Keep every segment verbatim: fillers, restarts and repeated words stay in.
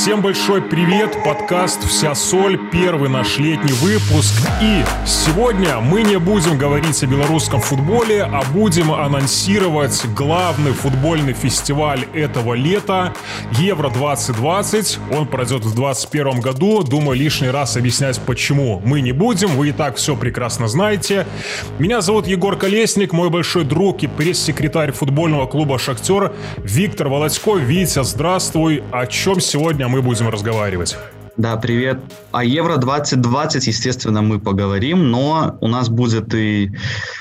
Всем большой привет, подкаст «Вся соль», первый наш летний выпуск. И сегодня мы не будем говорить о белорусском футболе, а будем анонсировать главный футбольный фестиваль этого лета Евро двадцать двадцать. Он пройдет в двадцать первом году. Думаю, лишний раз объяснять, почему мы не будем. Вы и так все прекрасно знаете. Меня зовут Егор Колесник, мой большой друг и пресс-секретарь футбольного клуба «Шахтер» Виктор Володько. Витя, здравствуй. О чем сегодня мы будем разговаривать? Да, привет. О Евро двадцать двадцать, естественно, мы поговорим, но у нас будет и,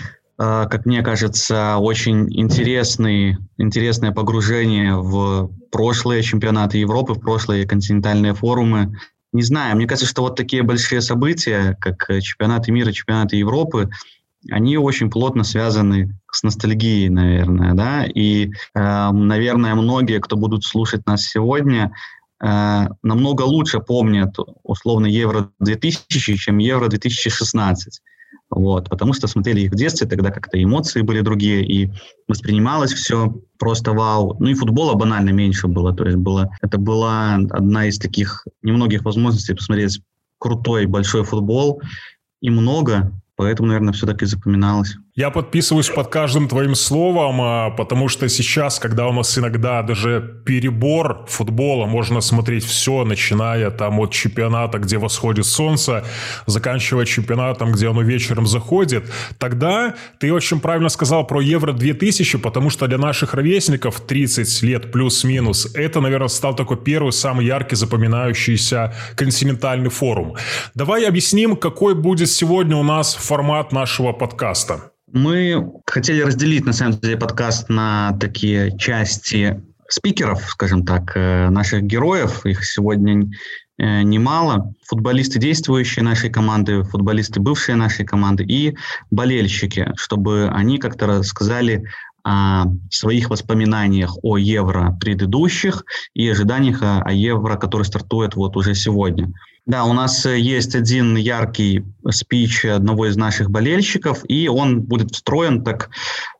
как мне кажется, очень интересный, интересное погружение в прошлые чемпионаты Европы, в прошлые континентальные форумы. Не знаю, мне кажется, что вот такие большие события, как чемпионаты мира, чемпионаты Европы, они очень плотно связаны с ностальгией, наверное, да, и, э, наверное, многие, кто будут слушать нас сегодня, э, намного лучше помнят, условно, Евро две тысячи, чем Евро две тысячи шестнадцать, вот, потому что смотрели их в детстве, тогда как-то эмоции были другие, и воспринималось все просто вау, ну и футбола банально меньше было, то есть было, это была одна из таких немногих возможностей посмотреть крутой большой футбол, и много. Поэтому, наверное, все так и запоминалось. Я подписываюсь под каждым твоим словом, потому что сейчас, когда у нас иногда даже перебор футбола, можно смотреть все, начиная там от чемпионата, где восходит солнце, заканчивая чемпионатом, где оно вечером заходит, тогда ты очень правильно сказал про Евро две тысячи, потому что для наших ровесников тридцать лет плюс-минус, это, наверное, стал такой первый, самый яркий, запоминающийся континентальный форум. Давай объясним, какой будет сегодня у нас формат нашего подкаста. Мы хотели разделить, на самом деле, подкаст на такие части спикеров, скажем так, наших героев. Их сегодня немало. Футболисты, действующие нашей команды, футболисты, бывшие нашей команды, и болельщики, чтобы они как-то рассказали о своих воспоминаниях о Евро предыдущих и ожиданиях о Евро, который стартует вот уже сегодня. Да, у нас есть один яркий спич одного из наших болельщиков, и он будет встроен так.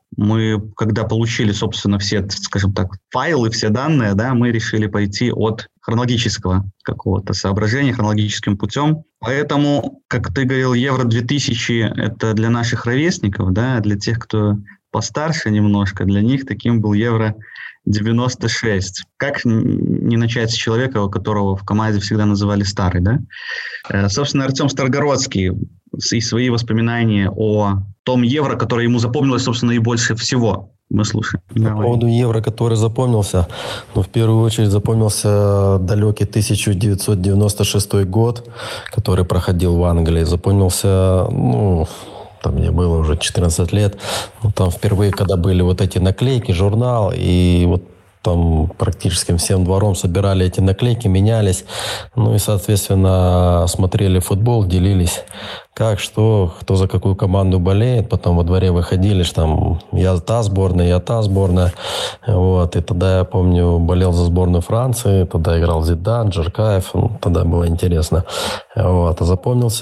Мы, когда получили, собственно, все, скажем так, файлы, все данные, да, мы решили пойти от хронологического какого-то соображения, хронологическим путем. Поэтому, как ты говорил, Евро две тысячи – это для наших ровесников, да, для тех, кто постарше немножко, для них таким был Евро девяносто шесть. Как не начать с человека, которого в команде всегда называли старый, да? Э, собственно, Артем Старгородский и свои воспоминания о том Евро, которое ему запомнилось, собственно, и больше всего. Мы слушаем. По Давай. поводу Евро, который запомнился, ну, в первую очередь запомнился далекий тысяча девятьсот девяносто шестой год, который проходил в Англии. Запомнился, ну... Там мне было уже четырнадцать лет. Ну, там впервые, когда были вот эти наклейки, журнал, и вот там практически всем двором собирали эти наклейки, менялись. Ну и, соответственно, смотрели футбол, делились, как, что, кто за какую команду болеет. Потом во дворе выходили, что там я та сборная, я та сборная. Вот. И тогда, я помню, болел за сборную Франции. Тогда играл Зидан, Джеркаев. Ну, тогда было интересно. Вот. А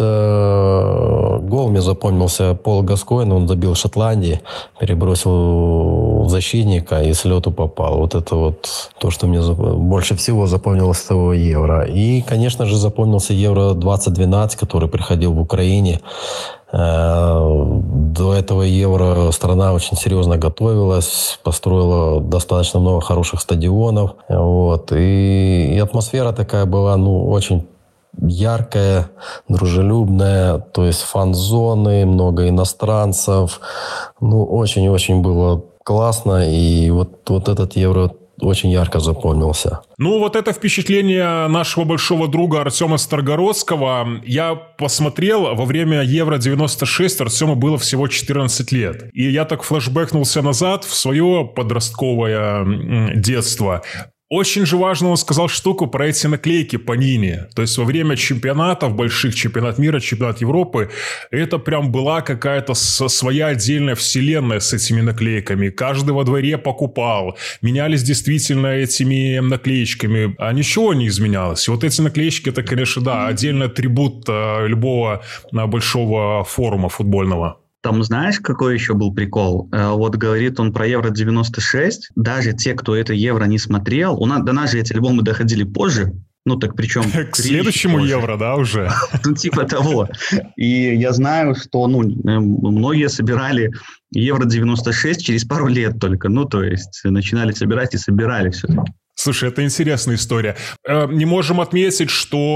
запомнился... Гол мне запомнился Пол Гаскойн. Он забил в Шотландии, перебросил защитника и с лету попал. Вот это вот то, что мне больше всего запомнилось с того Евро. И, конечно же, запомнился Евро двадцать двенадцать, который приходил в Украине. До этого Евро страна очень серьезно готовилась, построила достаточно много хороших стадионов. Вот. И, и атмосфера такая была, ну, очень яркая, дружелюбная, то есть фан-зоны, много иностранцев. Ну, очень-очень было классно. И вот, вот этот Евро очень ярко запомнился. Ну, вот это впечатление нашего большого друга Артема Старгородского. Я посмотрел, во время Евро девяносто шесть Артему было всего четырнадцать лет. И я так флешбэкнулся назад в свое подростковое детство. Очень же важно, он сказал штуку про эти наклейки Панини. То есть во время чемпионатов, больших чемпионат мира, чемпионат Европы, это прям была какая-то своя отдельная вселенная с этими наклейками. Каждый во дворе покупал. Менялись действительно этими наклеечками. А ничего не изменялось. И вот эти наклеечки, это, конечно, да, отдельный атрибут любого большого форума футбольного. Там знаешь, какой еще был прикол? Вот говорит он про Евро девяносто шесть. Даже те, кто это Евро не смотрел, у нас, до нас же эти альбомы доходили позже, Ну, так причем... К следующему Евро, да, уже? Ну, типа того. И я знаю, что, ну, многие собирали Евро девяносто шесть через пару лет только. Ну, то есть, начинали собирать и собирали все-таки. Слушай, это интересная история. Не можем отметить,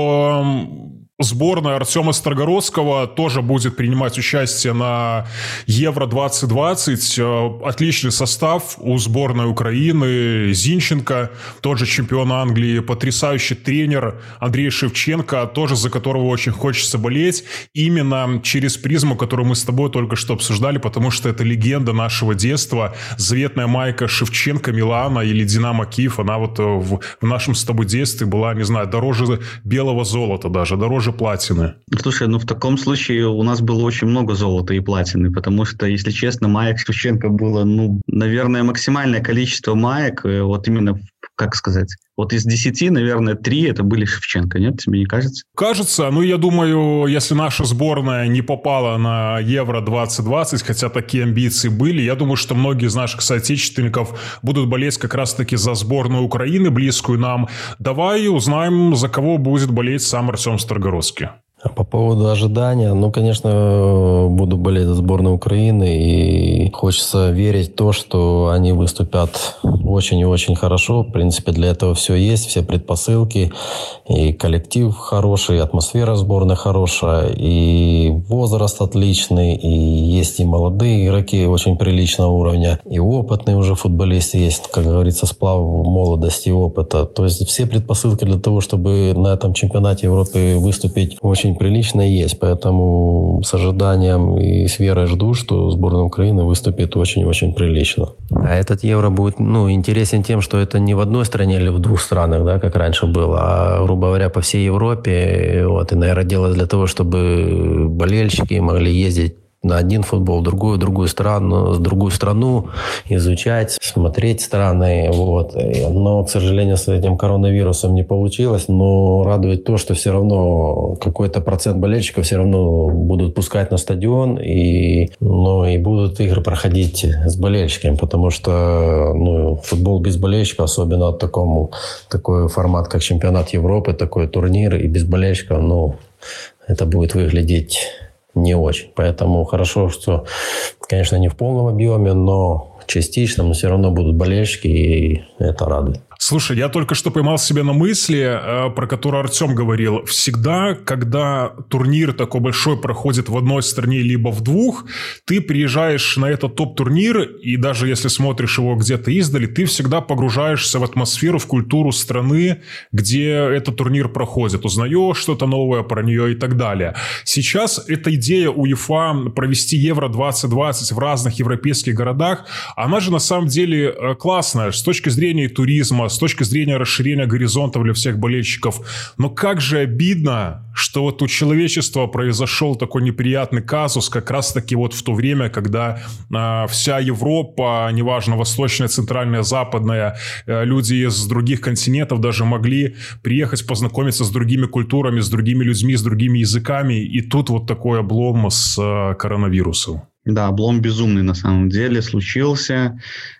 что сборная Артема Старгородского тоже будет принимать участие на Евро двадцать двадцать. Отличный состав у сборной Украины. Зинченко, тот же чемпион Англии, потрясающий тренер Андрей Шевченко, тоже за которого очень хочется болеть. Именно через призму, которую мы с тобой только что обсуждали, потому что это легенда нашего детства. Заветная майка Шевченко, Милана или Динамо Киев, она вот в, в нашем с тобой детстве была, не знаю, дороже белого золота даже, дороже платины. Слушай, ну в таком случае у нас было очень много золота и платины, потому что, если честно, маек Шевченко было, ну, наверное, максимальное количество маек, вот именно, как сказать, вот из десяти, наверное, три это были Шевченко, нет? Тебе не кажется? Кажется. Ну, я думаю, если наша сборная не попала на Евро двадцать двадцать, хотя такие амбиции были, я думаю, что многие из наших соотечественников будут болеть как раз-таки за сборную Украины, близкую нам. Давай узнаем, за кого будет болеть сам Артем Старгородский. А по поводу ожидания, ну, конечно, буду болеть за сборную Украины, и хочется верить в то, что они выступят очень и очень хорошо. В принципе, для этого все есть, все предпосылки, и коллектив хороший, и атмосфера сборной хорошая, и возраст отличный, и есть и молодые игроки очень приличного уровня, и опытные уже футболисты есть, как говорится, сплав молодости и опыта. То есть все предпосылки для того, чтобы на этом чемпионате Европы выступить очень прилично есть, поэтому с ожиданием и с верой жду, что сборная Украины выступит очень-очень прилично. А этот Евро будет, ну, интересен тем, что это не в одной стране или в двух странах, да, как раньше было, а, грубо говоря, по всей Европе. Вот, и, наверное, делать для того, чтобы болельщики могли ездить на один футбол, в другую, в другую страну, в другую страну, изучать, смотреть страны. Вот. Но, к сожалению, с этим коронавирусом не получилось. Но радует то, что все равно какой-то процент болельщиков все равно будут пускать на стадион, и, ну, и будут игры проходить с болельщиками, потому что, ну, футбол без болельщиков, особенно в таком, такой формат, как чемпионат Европы, такой турнир, и без болельщиков, ну, это будет выглядеть не очень. Поэтому хорошо, что, конечно, не в полном объеме, но частично, но все равно будут болельщики, и это радует. Слушай, я только что поймал себя на мысли, про которую Артем говорил. Всегда, когда турнир такой большой проходит в одной стране либо в двух, ты приезжаешь на этот топ-турнир, и даже если смотришь его где-то издали, ты всегда погружаешься в атмосферу, в культуру страны, где этот турнир проходит. Узнаешь что-то новое про нее и так далее. Сейчас эта идея УЕФА провести Евро двадцать двадцать в разных европейских городах, она же на самом деле классная с точки зрения туризма, с точки зрения расширения горизонтов для всех болельщиков. Но как же обидно, что вот у человечества произошел такой неприятный казус как раз-таки вот в то время, когда э, вся Европа, неважно, восточная, центральная, западная, э, люди из других континентов даже могли приехать познакомиться с другими культурами, с другими людьми, с другими языками. И тут вот такой облом с э, коронавирусом. Да, облом безумный на самом деле случился.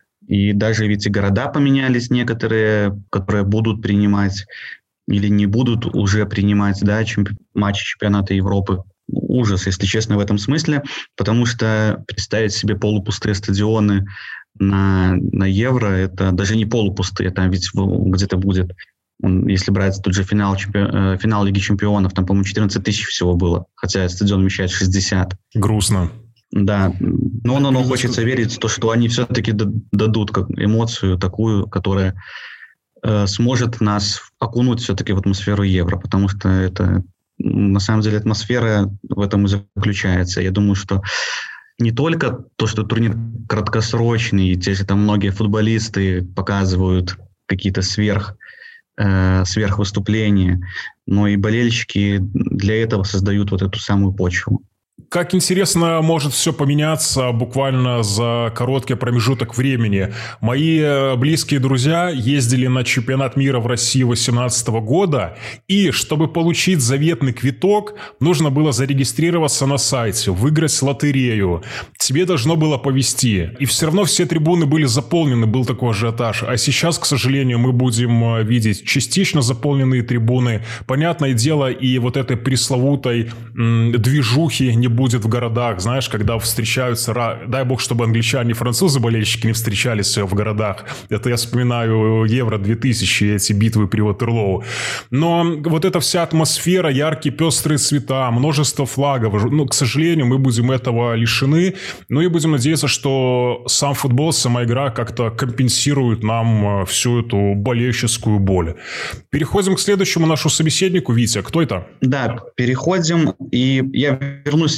И даже ведь и города поменялись некоторые, которые будут принимать или не будут уже принимать, да, чемпи- матчи чемпионата Европы. Ужас, если честно, в этом смысле, потому что представить себе полупустые стадионы на, на Евро, это даже не полупустые, там ведь где-то будет, если брать тот же финал, чемпи- финал Лиги Чемпионов, там, по-моему, четырнадцать тысяч всего было, хотя стадион вмещает шестьдесят. Грустно. Да, но, но, но хочется верить в то, что они все-таки дадут как эмоцию такую, которая э, сможет нас окунуть все-таки в атмосферу Евро, потому что это, на самом деле, атмосфера в этом и заключается. Я думаю, что не только то, что турнир краткосрочный, и те же там многие футболисты показывают какие-то сверх, э, сверхвыступления, но и болельщики для этого создают вот эту самую почву. Как интересно может все поменяться буквально за короткий промежуток времени. Мои близкие друзья ездили на чемпионат мира в России две тысячи восемнадцатого года, и чтобы получить заветный квиток, нужно было зарегистрироваться на сайте, выиграть лотерею. Тебе должно было повезти. И все равно все трибуны были заполнены, был такой ажиотаж. А сейчас, к сожалению, мы будем видеть частично заполненные трибуны. Понятное дело, и вот этой пресловутой м, движухи не будет в городах. Знаешь, когда встречаются... Дай бог, чтобы англичане и французы-болельщики не встречались в городах. Это я вспоминаю Евро две тысячи, эти битвы при Ватерлоу. Но вот эта вся атмосфера, яркие пестрые цвета, множество флагов. Ну, к сожалению, мы будем этого лишены. Ну и будем надеяться, что сам футбол, сама игра как-то компенсирует нам всю эту болельческую боль. Переходим к следующему нашему собеседнику. Витя, кто это? Да, переходим. И я вернусь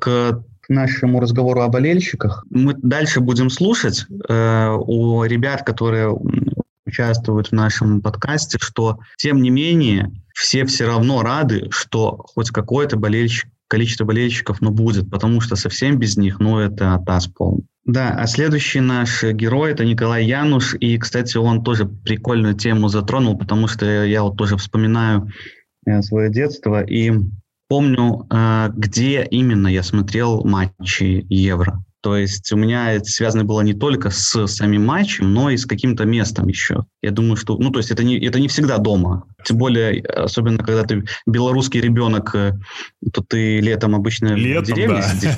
к нашему разговору о болельщиках. Мы дальше будем слушать э, у ребят, которые участвуют в нашем подкасте, что, тем не менее, все все равно рады, что хоть какое-то болельщик, количество болельщиков, но будет, потому что совсем без них, ну, это атас полный. Да, а следующий наш герой – это Николай Януш, и, кстати, он тоже прикольную тему затронул, потому что я вот тоже вспоминаю свое детство и помню, где именно я смотрел матчи Евро. То есть у меня это связано было не только с самим матчем, но и с каким-то местом еще. Я думаю, что... Ну, то есть это не, это не всегда дома. Тем более, особенно когда ты белорусский ребенок, то ты летом обычно летом, в деревне да. сидишь.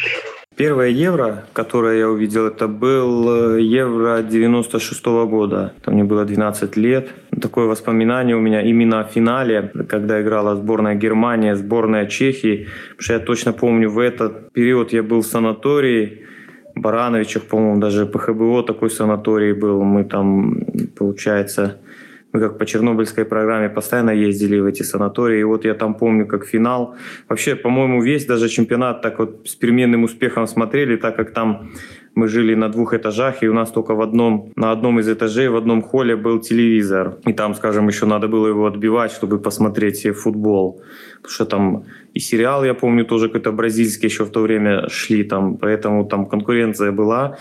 Первое Евро, которое я увидел, это был Евро девяносто шестого года. Там мне было двенадцать лет. Такое воспоминание у меня именно о финале, когда играла сборная Германии, сборная Чехии. Потому что я точно помню, в этот период я был в санатории, в Барановичах, по-моему, даже ПХБО такой санаторий был. Мы там, получается... Мы как по чернобыльской программе постоянно ездили в эти санатории. И вот я там помню, как финал. Вообще, по-моему, весь даже чемпионат так вот с переменным успехом смотрели, так как там мы жили на двух этажах, и у нас только в одном, на одном из этажей, в одном холле был телевизор. И там, скажем, еще надо было его отбивать, чтобы посмотреть футбол. Потому что там и сериал, я помню, тоже какой-то бразильский еще в то время шли, там, поэтому там конкуренция была.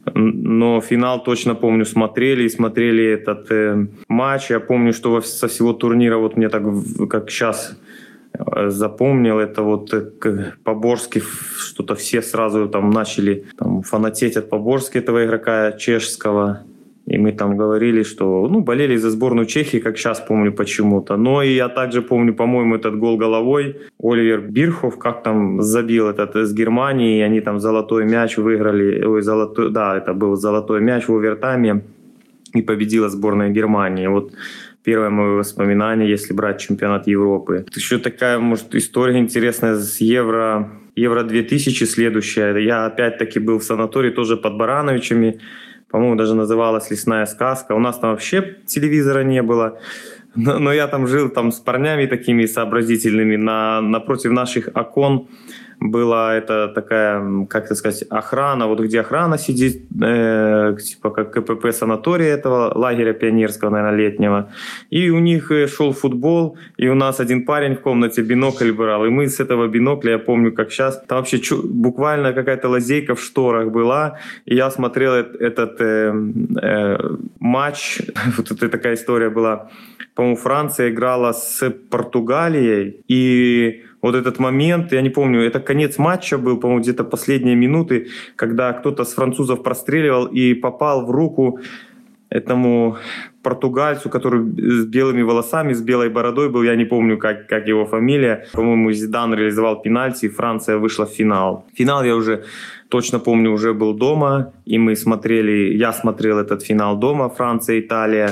Но финал точно помню, смотрели и смотрели этот э, матч. Я помню, что во, со всего турнира, вот мне так, как сейчас запомнил, это вот Поборский, что-то все сразу там начали там, фанатеть от Поборски, этого игрока чешского. И мы там говорили, что, ну, болели за сборную Чехии, как сейчас помню почему-то. Но и я также помню, по-моему, этот гол головой. Оливер Бирхов, как там забил этот из Германии, и они там золотой мяч выиграли. Ой, золотой, да, это был золотой мяч в овертайме. И победила сборная Германии. Вот первое мое воспоминание, если брать чемпионат Европы. Еще такая, может, история интересная с Евро, Евро две тысячи следующая. Я опять-таки был в санатории, тоже под Барановичами. По-моему, даже называлась «Лесная сказка». У нас там вообще телевизора не было. Но, но я там жил там, с парнями такими сообразительными. На, напротив наших окон была это такая, как это сказать, охрана. Вот где охрана сидит, э, типа как КПП санатория этого лагеря пионерского, наверное, летнего. И у них шел футбол, и у нас один парень в комнате бинокль брал. И мы с этого бинокля, я помню, как сейчас, там вообще чу- буквально какая-то лазейка в шторах была. И я смотрел этот э, э, матч. Вот это такая история была. По-моему, Франция играла с Португалией, и вот этот момент, я не помню, это конец матча был, по-моему, где-то последние минуты, когда кто-то с французов простреливал и попал в руку этому португальцу, который с белыми волосами, с белой бородой был, я не помню, как, как его фамилия. По-моему, Зидан реализовал пенальти, и Франция вышла в финал. Финал я уже точно помню, уже был дома, и мы смотрели, я смотрел этот финал дома, Франция-Италия.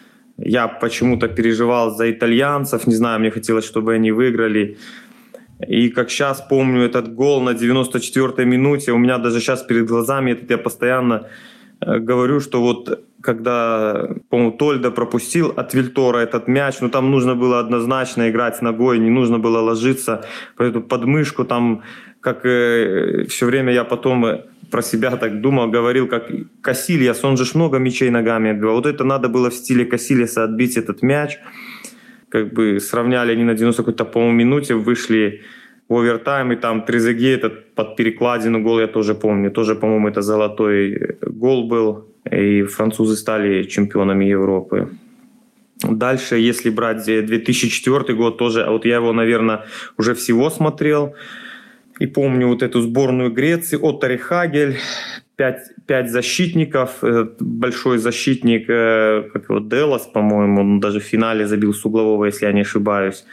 Я почему-то переживал за итальянцев, не знаю, мне хотелось, чтобы они выиграли. И как сейчас помню этот гол на девяносто четвёртой минуте, у меня даже сейчас перед глазами, этот я постоянно э, говорю, что вот когда, по-моему, Тольда пропустил от Вильтора этот мяч, ну там нужно было однозначно играть ногой, не нужно было ложиться по эту подмышку, там, как э, все время я потом про себя так думал, говорил, как Касильяс, он же ж много мячей ногами отбивал. Вот это надо было в стиле Касильяса отбить этот мяч. Как бы сравняли они на девяностой какой-то, по-моему, минуте, вышли в овертайм, и там Трезеге этот под перекладину гол я тоже помню. Тоже, по-моему, это золотой гол был, и французы стали чемпионами Европы. Дальше, если брать две тысячи четвёртый год, тоже, вот я его, наверное, уже всего смотрел. И помню вот эту сборную Греции, Отто Рехагель, пять, пять защитников, большой защитник, как его, Делос, по-моему, он даже в финале забил с углового, если я не ошибаюсь.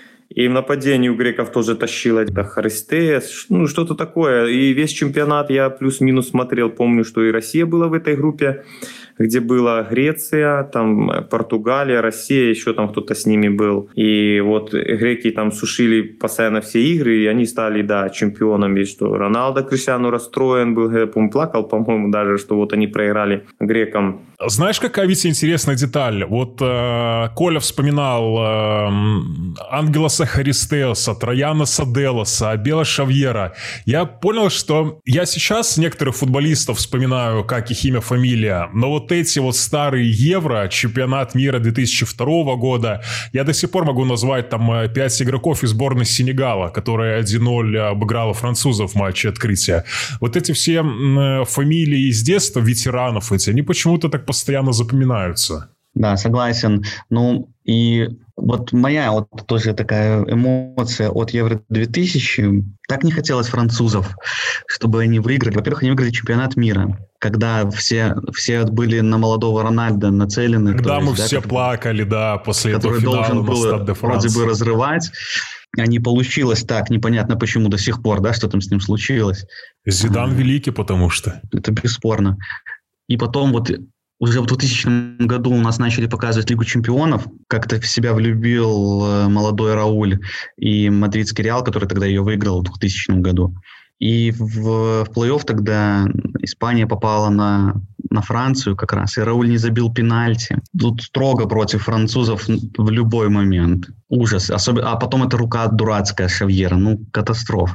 И в нападении у греков тоже тащило Харистеас, ну что-то такое. И весь чемпионат я плюс-минус смотрел. Помню, что и Россия была в этой группе, где была Греция, там Португалия, Россия, еще там кто-то с ними был. И вот греки там сушили постоянно все игры, и они стали, да, чемпионами. Что Роналдо Криштиану расстроен был, я помню, плакал, по-моему, даже, что вот они проиграли грекам. Знаешь, какая ведь интересная деталь? Вот э, Коля вспоминал э, Ангелоса Харистеоса, Трояноса Делоса, Абела Шавьера. Я понял, что я сейчас некоторых футболистов вспоминаю, как их имя, фамилия, но вот эти вот старые Евро, чемпионат мира две тысячи второго года, я до сих пор могу назвать там пять игроков из сборной Сенегала, которая один ноль обыграла французов в матче открытия. Вот эти все э, фамилии из детства, ветеранов эти, они почему-то так постоянно запоминаются. Да, согласен. Ну, и вот моя вот тоже такая эмоция от Евро две тысячи. Так не хотелось французов, чтобы они выиграли. Во-первых, они выиграли чемпионат мира, когда все, все были на молодого Рональда нацелены. Когда мы есть, все да, плакали, да, после этого финала. Который должен был вроде бы разрывать. А не получилось так, непонятно почему до сих пор, да, что там с ним случилось. Зидан а, великий, потому что. Это бесспорно. И потом вот уже в двухтысячном году у нас начали показывать Лигу чемпионов. Как-то в себя влюбил молодой Рауль и мадридский Реал, который тогда ее выиграл в двухтысячном году. И в, в плей-офф тогда Испания попала на, на Францию как раз, и Рауль не забил пенальти. Тут строго против французов в любой момент. Ужас. Особенно, а потом эта рука дурацкая Шавьера. Ну, катастрофа.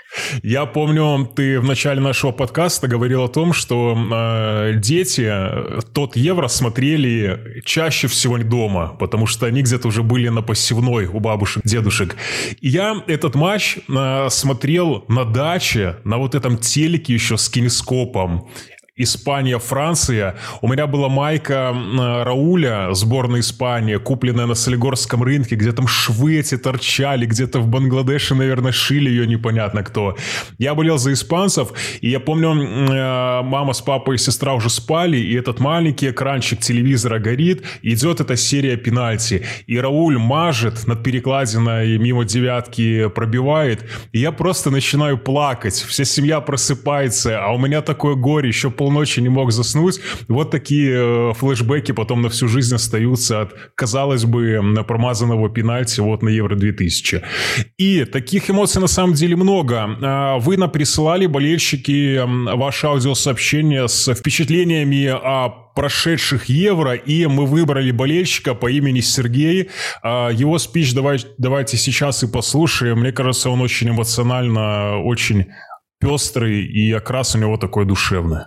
Я помню, ты в начале нашего подкаста говорил о том, что э, дети тот Евро смотрели чаще всего дома, потому что они где-то уже были на посевной у бабушек, дедушек. И я этот матч э, смотрел на даче, на вот этом телеке еще с кинескопом. Испания, Франция. У меня была майка Рауля, сборной Испании, купленная на Солигорском рынке, где там швы эти торчали, где-то в Бангладеше, наверное, шили ее непонятно кто. Я болел за испанцев, и я помню, мама с папой и сестра уже спали, и этот маленький экранчик телевизора горит, идет эта серия пенальти, и Рауль мажет над перекладиной, мимо девятки пробивает, и я просто начинаю плакать. Вся семья просыпается, а у меня такое горе, еще пол ночи не мог заснуть. Вот такие э, флешбеки потом на всю жизнь остаются от, казалось бы, промазанного пенальти вот на Евро две тысячи. И таких эмоций на самом деле много. Вы нам присылали, болельщики, ваши аудиосообщения с впечатлениями о прошедших Евро, и мы выбрали болельщика по имени Сергей. Его спич давай, давайте сейчас и послушаем. Мне кажется, он очень эмоционально, очень пестрый, и окрас у него такой душевный.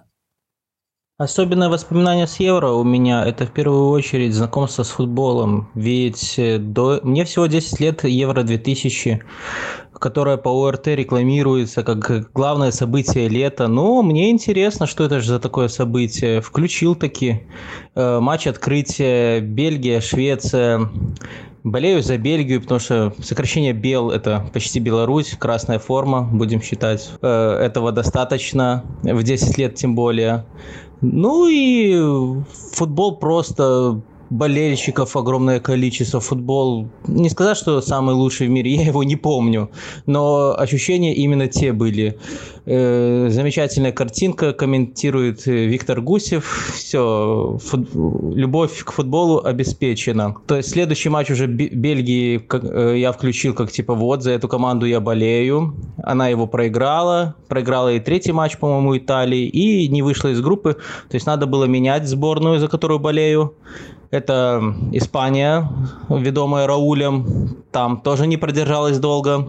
Особенное воспоминание с Евро у меня – это в первую очередь знакомство с футболом. Ведь до... мне всего десять лет, Евро две тысячи, которое по ОРТ рекламируется как главное событие лета. Но мне интересно, что это же за такое событие. Включил таки э, матч открытия Бельгия, Швеция. Болею за Бельгию, потому что сокращение БЕЛ – это почти Беларусь, красная форма, будем считать. Этого достаточно, в десять лет тем более. Ну и футбол просто... болельщиков огромное количество. Футбол, не сказать, что самый лучший в мире, я его не помню, но ощущения именно те были. Э, замечательная картинка, комментирует Виктор Гусев. Все, фут... любовь к футболу обеспечена. То есть следующий матч уже Бельгии как, э, я включил как типа вот, за эту команду я болею. Она его проиграла. Проиграла и третий матч, по-моему, Италии, и не вышла из группы. То есть надо было менять сборную, за которую болею. Это Испания, ведомая Раулем, там тоже не продержалась долго.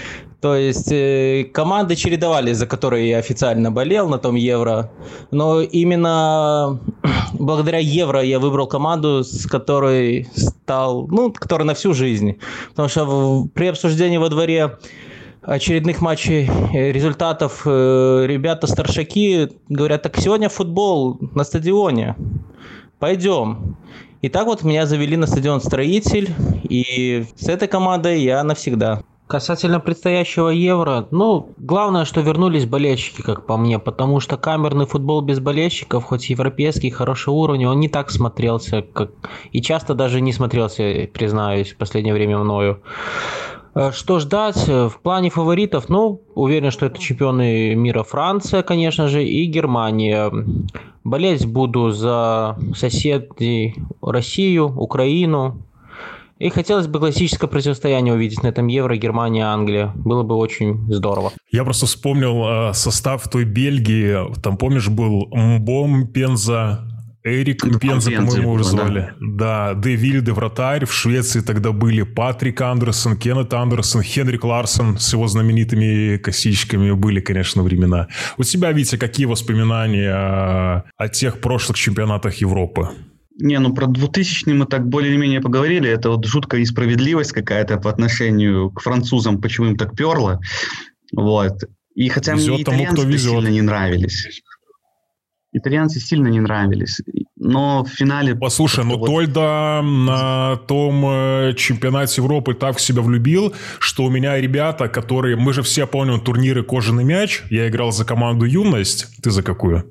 То есть э, команды чередовались, за которые я официально болел на том Евро. Но именно благодаря Евро я выбрал команду, с которой стал, ну, которая на всю жизнь. Потому что в, при обсуждении во дворе очередных матчей, результатов, ребята-старшаки говорят, так сегодня футбол на стадионе, пойдем. И так вот меня завели на стадион «Строитель», и с этой командой я навсегда. Касательно предстоящего Евро, ну, главное, что вернулись болельщики, как по мне, потому что камерный футбол без болельщиков, хоть европейский, хороший уровень, он не так смотрелся, как и часто даже не смотрелся, признаюсь, в последнее время мною. Что ждать? В плане фаворитов, ну, уверен, что это чемпионы мира Франция, конечно же, и Германия. Болеть буду за соседей Россию, Украину. И хотелось бы классическое противостояние увидеть на этом Евро, Германия, Англия. Было бы очень здорово. Я просто вспомнил э, состав той Бельгии. Там, помнишь, был Мбом, Пенза, Эрик ну, Пенза, по-моему, его звали. Да, да Де Вильде, вратарь. В Швеции тогда были Патрик Андерсон, Кеннет Андерсон, Хенрик Ларсон с его знаменитыми косичками. Были, конечно, времена. У тебя, Витя, какие воспоминания о, о тех прошлых чемпионатах Европы? Не, ну про двухтысячные мы так более-менее поговорили. Это вот жуткая несправедливость какая-то по отношению к французам, почему им так перло. Вот. И хотя везет мне итальянцы тому, сильно не нравились. Итальянцы сильно не нравились. Но в финале... Послушай, ну вот... Тольда на том чемпионате Европы так в себя влюбил, что у меня ребята, которые... Мы же все помним турниры «Кожаный мяч». Я играл за команду «Юность». Ты за какую?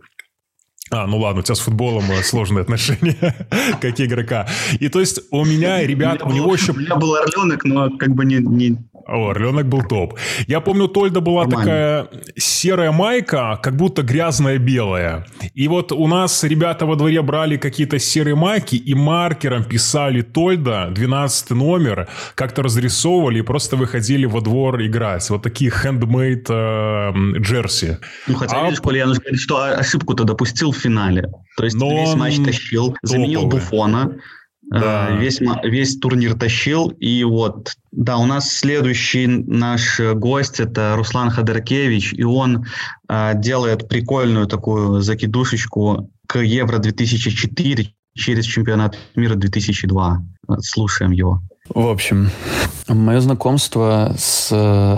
А, ну ладно, у тебя с футболом сложные отношения, как игрока. И то есть у меня, ребят, у, у него был, еще... У меня был Орленок, но как бы не... не... О, Орленок был топ. Я помню, у Тольда была Нормально. такая серая майка, как будто грязная белая. И вот у нас ребята во дворе брали какие-то серые майки и маркером писали Тольда, двенадцатый номер, как-то разрисовывали и просто выходили во двор играть. Вот такие handmade э, джерси. Ну, хотя, а... видишь, Коля, я нужно сказать, что ошибку-то допустил в финале. То есть Но весь матч тащил, топовый. Заменил Буфона. Да. Весь, весь турнир тащил. И вот, да, у нас следующий наш гость – это Руслан Ходоркевич. И он э, делает прикольную такую закидушечку к Евро две тысячи четыре через чемпионат мира две тысячи два. Слушаем его. В общем, мое знакомство с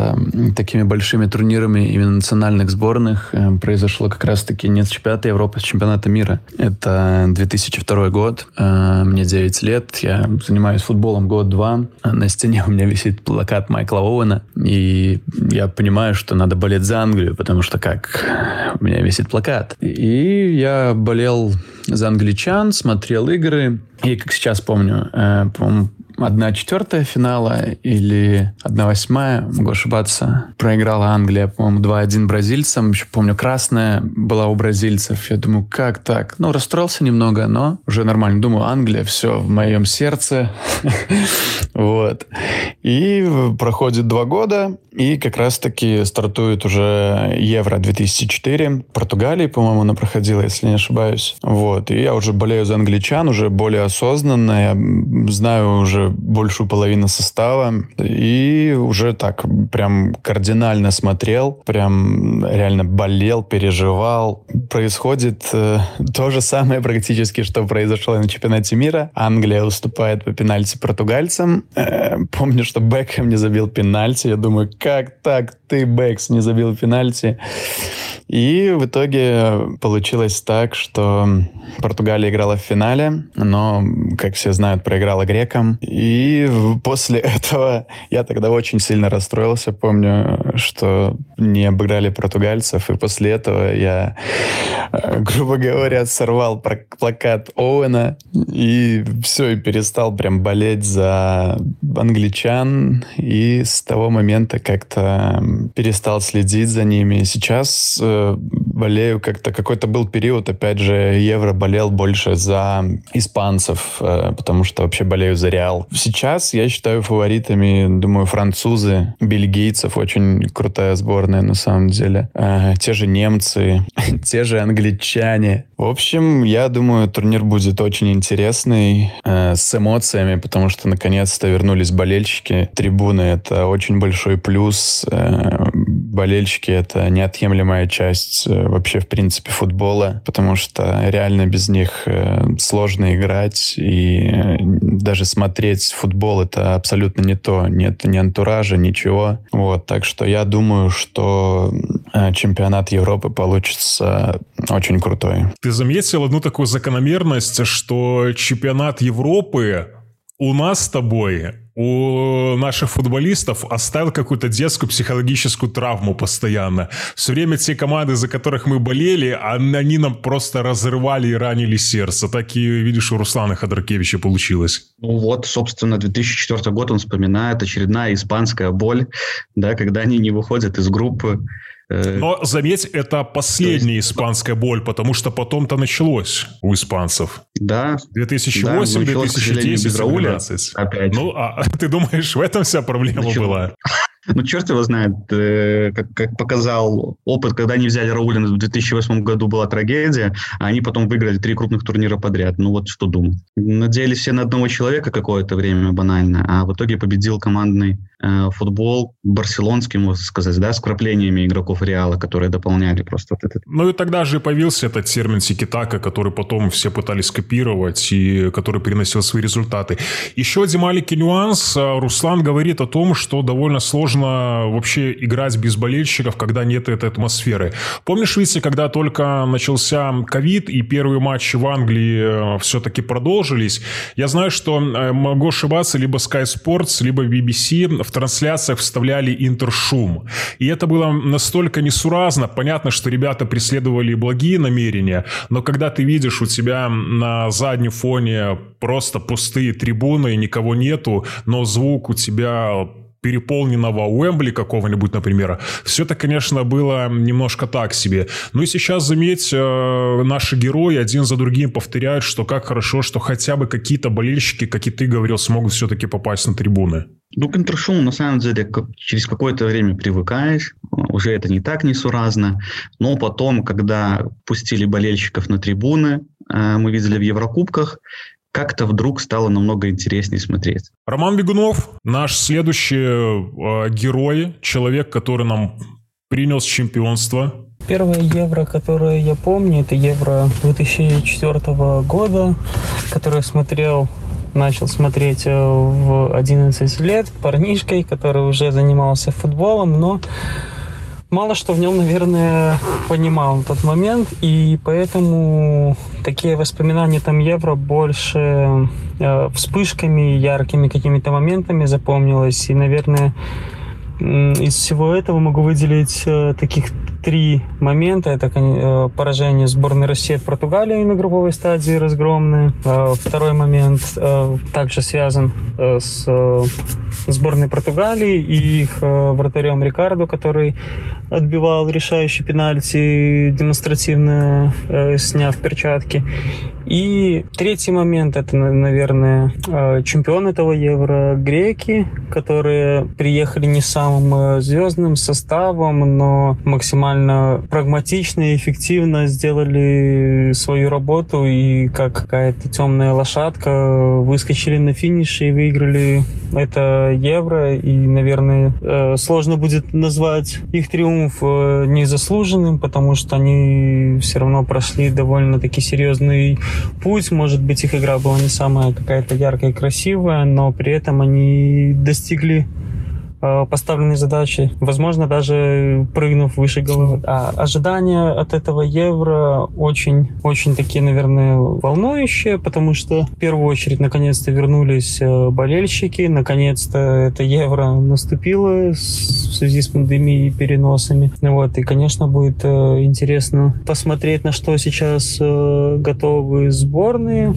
э, такими большими турнирами именно национальных сборных э, произошло как раз-таки не с чемпионата Европы, а с чемпионата мира. Это две тысячи второй год, э, мне девять лет, я занимаюсь футболом год-два. На стене у меня висит плакат Майкла Оуэна, и я понимаю, что надо болеть за Англию, потому что как у меня висит плакат. И я болел за англичан, смотрел игры, и как сейчас помню, э, по-моему, одна четвертая финала или одна восьмая, могу ошибаться, проиграла Англия, по-моему, два один бразильцам. Еще помню, красная была у бразильцев. Я думаю, как так? Ну, расстроился немного, но уже нормально. Думаю, Англия, все в моем сердце. Вот. И проходит два года, и как раз-таки стартует уже Евро две тысячи четыре. Португалии, по-моему, она проходила, если не ошибаюсь. Вот. И я уже болею за англичан, уже более осознанно. Я знаю уже большую половину состава. И уже так прям кардинально смотрел. Прям реально болел, переживал. Происходит э, то же самое практически, что произошло на чемпионате мира. Англия уступает по пенальти португальцам. Э, помню, что Бекхэм не забил пенальти. Я думаю, как так ты, Бэкс, не забил пенальти? И в итоге получилось так, что Португалия играла в финале, но, как все знают, проиграла грекам. И после этого я тогда очень сильно расстроился. Помню, что не обыграли португальцев. И после этого я, грубо говоря, сорвал плакат Оуэна и все, и перестал прям болеть за англичан. И с того момента как-то перестал следить за ними. Сейчас болею как-то... Какой-то был период, опять же, Евро болел больше за испанцев, потому что вообще болею за Реал. Сейчас я считаю фаворитами, думаю, французы, бельгийцев. Очень крутая сборная, на самом деле. Те же немцы, те же англичане. англичане. В общем, я думаю, турнир будет очень интересный, э, с эмоциями, потому что наконец-то вернулись болельщики. Трибуны — это очень большой плюс. Э, болельщики — это неотъемлемая часть э, вообще, в принципе, футбола, потому что реально без них э, сложно играть, и э, даже смотреть футбол — это абсолютно не то. Нет ни антуража, ничего. Вот, так что я думаю, что э, чемпионат Европы получится очень крутой. Ты заметил одну такую закономерность, что чемпионат Европы у нас с тобой, у наших футболистов оставил какую-то детскую психологическую травму постоянно. Все время те команды, за которых мы болели, они нам просто разрывали и ранили сердце. Так и, видишь, у Руслана Ходоркевича получилось. Ну вот, собственно, две тысячи четвёртый год он вспоминает, очередная испанская боль, да, когда они не выходят из группы. Но, заметь, это последняя есть... испанская боль, потому что потом-то началось у испанцев. Да. две тысячи восемь, да, две тысячи десять, две тысячи двенадцать. Опять. Ну, а ты думаешь, в этом вся проблема начало. была? Ну, черт его знает, как, как показал опыт, когда они взяли Раулина в две тысячи восьмом году, была трагедия, а они потом выиграли три крупных турнира подряд. Ну, вот что думать. Надеялись все на одного человека какое-то время банально, а в итоге победил командный э, футбол, барселонский, можно сказать, да, с вкраплениями игроков Реала, которые дополняли просто вот этот. Ну, и тогда же появился этот термин тики-така, который потом все пытались копировать и который приносил свои результаты. Еще один маленький нюанс. Руслан говорит о том, что довольно сложно вообще играть без болельщиков, когда нет этой атмосферы. Помнишь, Витя, когда только начался ковид и первые матчи в Англии все-таки продолжились, я знаю, что, могу ошибаться, либо Sky Sports, либо би би си в трансляциях вставляли интершум. И это было настолько несуразно. Понятно, что ребята преследовали благие намерения, но когда ты видишь, у тебя на заднем фоне просто пустые трибуны, никого нету, но звук у тебя переполненного Уэмбли какого-нибудь, например, все это, конечно, было немножко так себе. Ну и сейчас, заметь, наши герои один за другим повторяют, что как хорошо, что хотя бы какие-то болельщики, как и ты говорил, смогут все-таки попасть на трибуны. Ну, к интершуму, на самом деле, через какое-то время привыкаешь, уже это не так несуразно, но потом, когда пустили болельщиков на трибуны, мы видели в Еврокубках, как-то вдруг стало намного интереснее смотреть. Роман Бегунов, наш следующий э, герой, человек, который нам принес чемпионство. Первое Евро, которое я помню, это Евро две тысячи четвёртого года, которое смотрел, начал смотреть в одиннадцать лет, парнишкой, который уже занимался футболом, но мало что в нем, наверное, понимал в тот момент, и поэтому такие воспоминания там Евро больше э, вспышками, яркими какими-то моментами запомнилось. И, наверное, э, из всего этого могу выделить э, таких три момента. Это э, поражение сборной России от Португалии на групповой стадии разгромное. Э, второй момент э, также связан э, с э, сборной Португалии и их э, вратарем Рикардо, который отбивал решающий пенальти, демонстративно э, сняв перчатки. И третий момент, это, наверное, э, чемпион этого Евро греки, которые приехали не самым звездным составом, но максимально прагматично и эффективно сделали свою работу и как какая-то темная лошадка выскочили на финише и выиграли это Евро. И, наверное, э, сложно будет назвать их триумф незаслуженным, потому что они все равно прошли довольно-таки серьезный путь. Может быть, их игра была не самая какая-то яркая и красивая, но при этом они достигли поставленной задачи, возможно, даже прыгнув выше головы. А ожидания от этого Евро очень-очень такие, наверное, волнующие, потому что в первую очередь наконец-то вернулись болельщики, наконец-то это Евро наступило в связи с пандемией и переносами. Вот, и, конечно, будет интересно посмотреть, на что сейчас готовы сборные.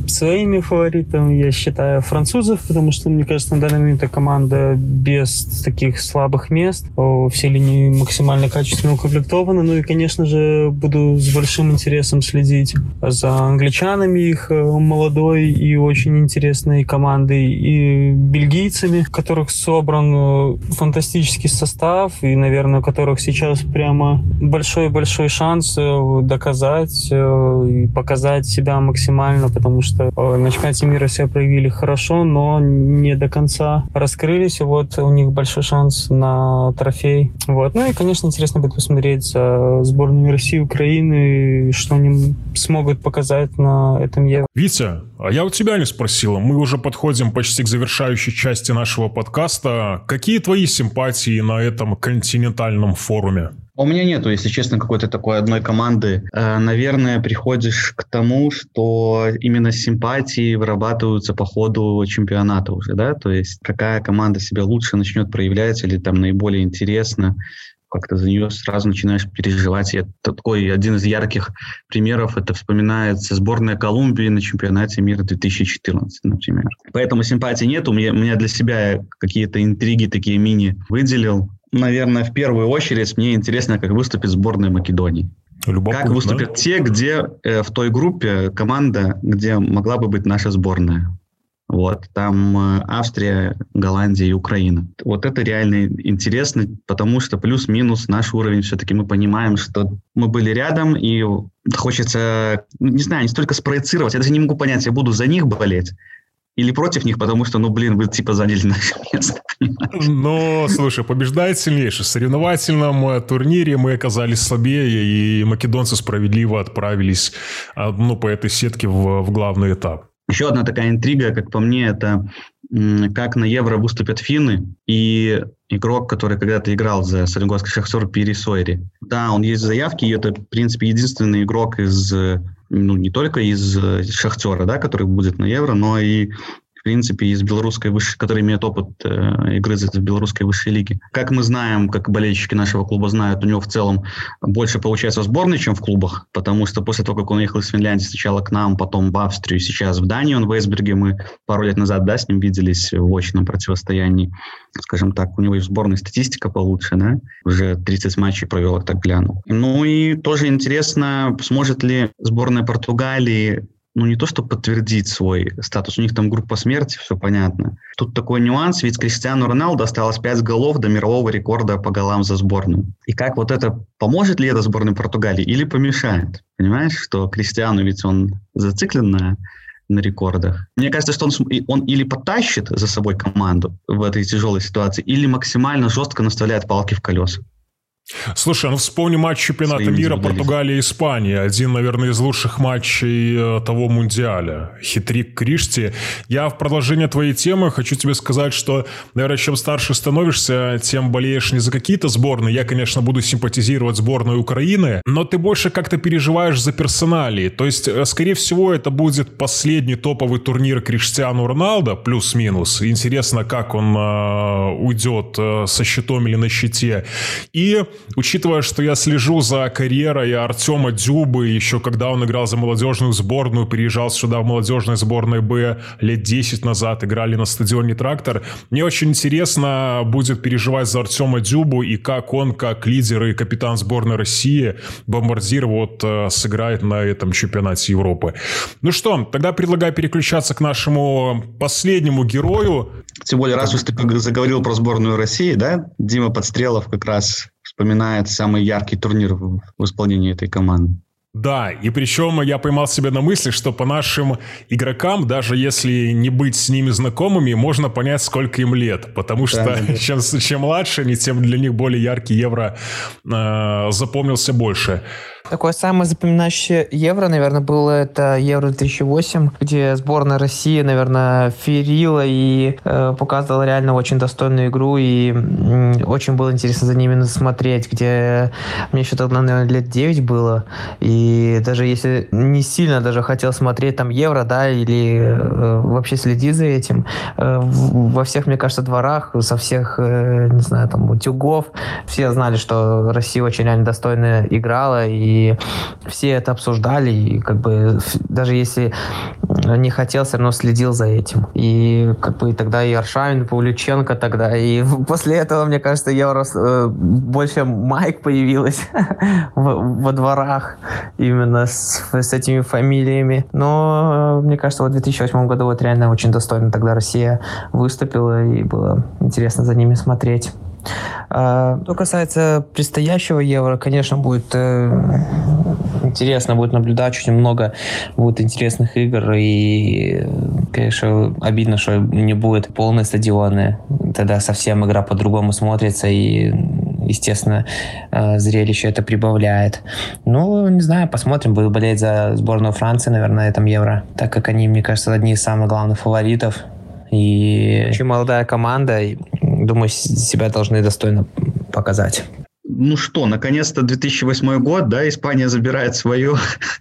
своими фаворитами я считаю французов, потому что, мне кажется, на данный момент это команда без таких слабых мест. Все линии максимально качественно укомплектованы. Ну и, конечно же, буду с большим интересом следить за англичанами, их молодой и очень интересной командой, и бельгийцами, у которых собран фантастический состав, и, наверное, у которых сейчас прямо большой-большой шанс доказать и показать себя максимально, потому что на чемпионате мира себя проявили хорошо, но не до конца раскрылись. Вот у них большой шанс на трофей. Вот. Ну и, конечно, интересно будет посмотреть за сборными России, Украины, что они смогут показать на этом Евро. Витя, а я у тебя не спросил. Мы уже подходим почти к завершающей части нашего подкаста. Какие твои симпатии на этом континентальном форуме? У меня нету, если честно, какой-то такой одной команды. Наверное, приходишь к тому, что именно симпатии вырабатываются по ходу чемпионата уже, да? То есть какая команда себя лучше начнет проявлять или там наиболее интересно, как-то за нее сразу начинаешь переживать. И такой один из ярких примеров, это вспоминается сборная Колумбии на чемпионате мира две тысячи четырнадцатом, например. Поэтому симпатий нет. У меня, у меня для себя какие-то интриги такие мини выделил. Наверное, в первую очередь мне интересно, как выступит сборная Македонии. Любопытно. Как выступят те, где э, в той группе команда, где могла бы быть наша сборная. Вот, там э, Австрия, Голландия и Украина. Вот это реально интересно, потому что плюс-минус наш уровень все-таки мы понимаем, что мы были рядом, и хочется, не знаю, не столько спроецировать, я даже не могу понять, я буду за них болеть или против них, потому что, ну, блин, вы типа заняли наше место. Ну, слушай, побеждает сильнейший. В соревновательном турнире мы оказались слабее, и македонцы справедливо отправились, ну, по этой сетке в, в главный этап. Еще одна такая интрига, как по мне, это как на Евро выступят финны и игрок, который когда-то играл за Солигорский Шахтер, Пири Сойри. Да, он есть в заявке, и это, в принципе, единственный игрок из, ну, не только из Шахтера, да, который будет на Евро, но и, в принципе, из белорусской высшей, который имеет опыт э, игры в белорусской высшей лиге. Как мы знаем, как болельщики нашего клуба знают, у него в целом больше получается в сборной, чем в клубах, потому что после того, как он ехал из Финляндии сначала к нам, потом в Австрию, сейчас в Данию, он в Эйсберге, мы пару лет назад, да, с ним виделись в очном противостоянии. Скажем так, у него и в сборной статистика получше, да, уже тридцать матчей провел, я так глянул. Ну и тоже интересно, сможет ли сборная Португалии, ну, не то, что подтвердить свой статус. У них там группа смерти, все понятно. Тут такой нюанс, ведь Криштиану Роналду осталось пять голов до мирового рекорда по голам за сборную. И как вот это, поможет ли это сборной Португалии или помешает? Понимаешь, что Криштиану ведь он зациклен на, на рекордах. Мне кажется, что он, он или потащит за собой команду в этой тяжелой ситуации, или максимально жестко наставляет палки в колеса. Слушай, ну вспомни матч чемпионата мира Португалия-Испания. Один, наверное, из лучших матчей того мундиаля. Хитрик Кришти. Я в продолжение твоей темы хочу тебе сказать, что, наверное, чем старше становишься, тем болеешь не за какие-то сборные. Я, конечно, буду симпатизировать сборной Украины, но ты больше как-то переживаешь за персоналии. То есть, скорее всего, это будет последний топовый турнир Криштиану Роналдо, плюс-минус. Интересно, как он э, уйдет э, со щитом или на щите. И учитывая, что я слежу за карьерой Артема Дзюбы, еще когда он играл за молодежную сборную, переезжал сюда в молодежной сборной Б лет десять назад, играли на стадионе «Трактор», мне очень интересно будет переживать за Артема Дзюбу и как он, как лидер и капитан сборной России, бомбардир, вот сыграет на этом чемпионате Европы. Ну что, тогда предлагаю переключаться к нашему последнему герою. Тем более, раз уж ты заговорил про сборную России, да, Дима Подстрелов как раз вспоминает самый яркий турнир в исполнении этой команды. Да, и причем я поймал себя на мысли, что по нашим игрокам, даже если не быть с ними знакомыми, можно понять, сколько им лет. Потому что да, да. Чем, чем младше они, тем для них более яркий Евро э, запомнился больше. Такое самое запоминающее Евро, наверное, было это Евро две тысячи восемь, где сборная России, наверное, феерила и э, показывала реально очень достойную игру, и э, очень было интересно за ними смотреть, где мне еще тогда, наверное, лет девять было, и даже если не сильно даже хотел смотреть там Евро, да, или э, вообще следить за этим, э, во всех, мне кажется, дворах, со всех, э, не знаю, там, утюгов, все знали, что Россия очень реально достойно играла, и И все это обсуждали, и как бы даже если не хотел, все равно следил за этим. И как бы и тогда и Аршавин, Павлюченко тогда. И после этого, мне кажется, Евро больше маек появилось во дворах именно с, с этими фамилиями. Но мне кажется, вот в две тысячи восьмом году вот реально очень достойно тогда Россия выступила, и было интересно за ними смотреть. Что касается предстоящего Евро, конечно, будет э, интересно будет наблюдать, очень много будет интересных игр, и, конечно, обидно, что не будет полные стадионы, тогда совсем игра по-другому смотрится, и, естественно, э, зрелище это прибавляет. Ну, не знаю, посмотрим, буду болеть за сборную Франции, наверное, на этом Евро, так как они, мне кажется, одни из самых главных фаворитов. И очень молодая команда, и, думаю, себя должны достойно показать. Ну что, наконец-то две тысячи восьмой год, да, Испания забирает свое.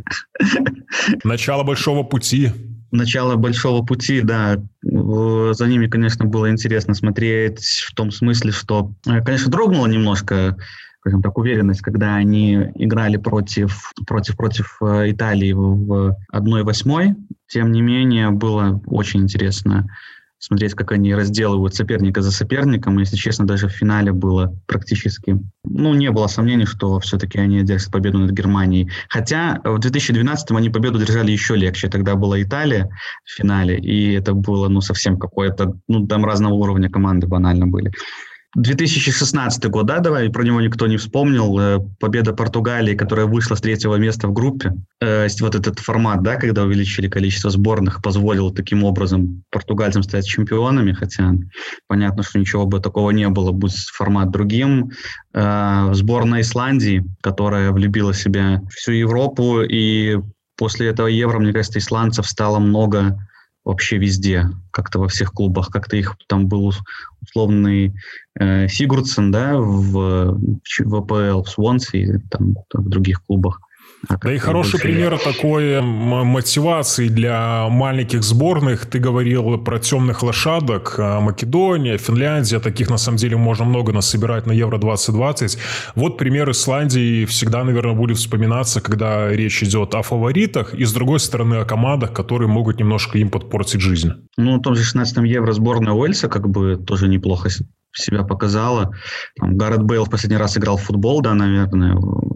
Начало большого пути. Начало большого пути, да. За ними, конечно, было интересно смотреть в том смысле, что, конечно, дрогнула немножко, скажем так, уверенность, когда они играли против, против, против Италии в одна восьмая. Тем не менее, было очень интересно смотреть, как они разделывают соперника за соперником. Если честно, даже в финале было практически... Ну, не было сомнений, что все-таки они держат победу над Германией. Хотя в две тысячи двенадцатом они победу держали еще легче. Тогда была Италия в финале, и это было, ну, совсем какое-то... Ну, там разного уровня команды банально были. две тысячи шестнадцатый год, да, давай, про него никто не вспомнил. Победа Португалии, которая вышла с третьего места в группе. Вот этот формат, да, когда увеличили количество сборных, позволил таким образом португальцам стать чемпионами, хотя понятно, что ничего бы такого не было, будь формат другим. Сборная Исландии, которая влюбила в себя всю Европу, и после этого Евро, мне кажется, исландцев стало много вообще везде, как-то во всех клубах, как-то их там был условный э, Сигурдсен, да, в, в АПЛ, в Свонси, там, в других клубах. А да и хороший пример такой мотивации для маленьких сборных. Ты говорил про темных лошадок. Македония, Финляндия. Таких, на самом деле, можно много насобирать на Евро двадцать двадцать. Вот пример Исландии всегда, наверное, будет вспоминаться, когда речь идет о фаворитах и, с другой стороны, о командах, которые могут немножко им подпортить жизнь. Ну, в том же шестнадцатом Евро сборная Уэльса как бы тоже неплохо себя показала. Там Гаррет Бейл в последний раз играл в футбол, да, наверное,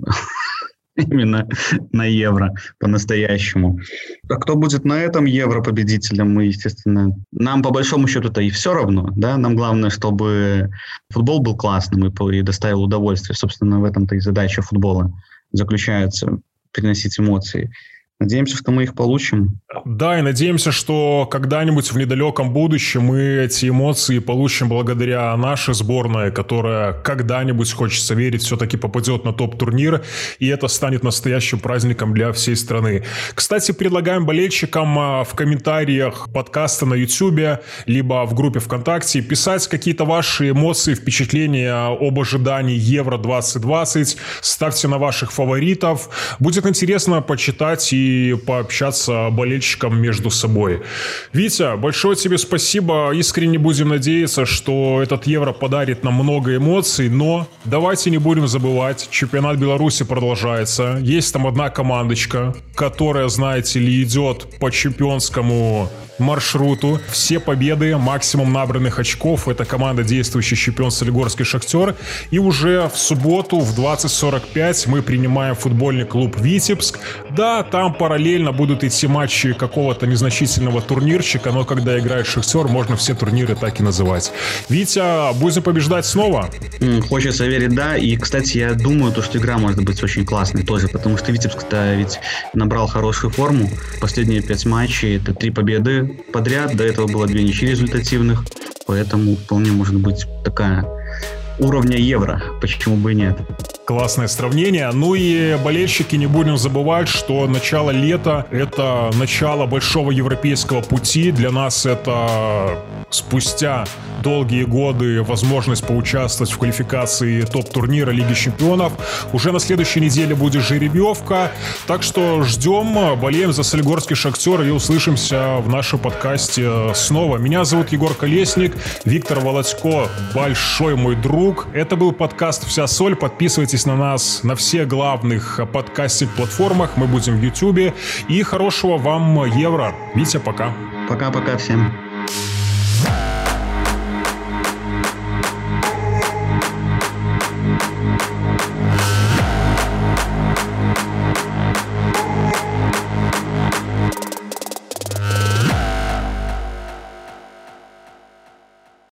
именно на Евро по-настоящему. А кто будет на этом Евро победителем, мы, естественно... Нам, по большому счету-то, и все равно, да? Нам главное, чтобы футбол был классным и доставил удовольствие. Собственно, в этом-то и задача футбола заключается — переносить эмоции. Надеемся, что мы их получим. Да, и надеемся, что когда-нибудь в недалеком будущем мы эти эмоции получим благодаря нашей сборной, которая когда-нибудь, хочется верить, все-таки попадет на топ-турнир, и это станет настоящим праздником для всей страны. Кстати, предлагаем болельщикам в комментариях подкаста на YouTube, либо в группе ВКонтакте писать какие-то ваши эмоции, впечатления об ожидании Евро двадцать двадцать. Ставьте на ваших фаворитов. Будет интересно почитать и и пообщаться болельщикам между собой. Витя, большое тебе спасибо. Искренне будем надеяться, что этот Евро подарит нам много эмоций, но давайте не будем забывать, чемпионат Беларуси продолжается. Есть там одна командочка, которая, знаете ли, идет по чемпионскому маршруту. Все победы, максимум набранных очков. Это команда действующий чемпион Солигорский Шахтер. И уже в субботу в двадцать сорок пять мы принимаем футбольный клуб Витебск. Да, там параллельно будут идти матчи какого-то незначительного турнирчика, но когда играет Шахтер, можно все турниры так и называть. Витя, будем побеждать снова? Хочется верить, да. И, кстати, я думаю, то, что игра может быть очень классной тоже, потому что Витебск-то ведь набрал хорошую форму. Последние пять матчей — это три победы подряд. До этого было две ничьи результативных. Поэтому вполне может быть такая уровня Евро. Почему бы и нет? Классное сравнение. Ну и болельщики, не будем забывать, что начало лета — это начало большого европейского пути. Для нас это спустя долгие годы возможность поучаствовать в квалификации топ-турнира Лиги Чемпионов. Уже на следующей неделе будет жеребьевка, так что ждем, болеем за Солигорский Шахтер и услышимся в нашем подкасте снова. Меня зовут Егор Колесник, Виктор Володько большой мой друг. Это был подкаст «Вся соль». Подписывайтесь на нас на всех главных подкастинг-платформах. Мы будем в Ютубе. И хорошего вам Евро. Витя, пока. Пока-пока всем.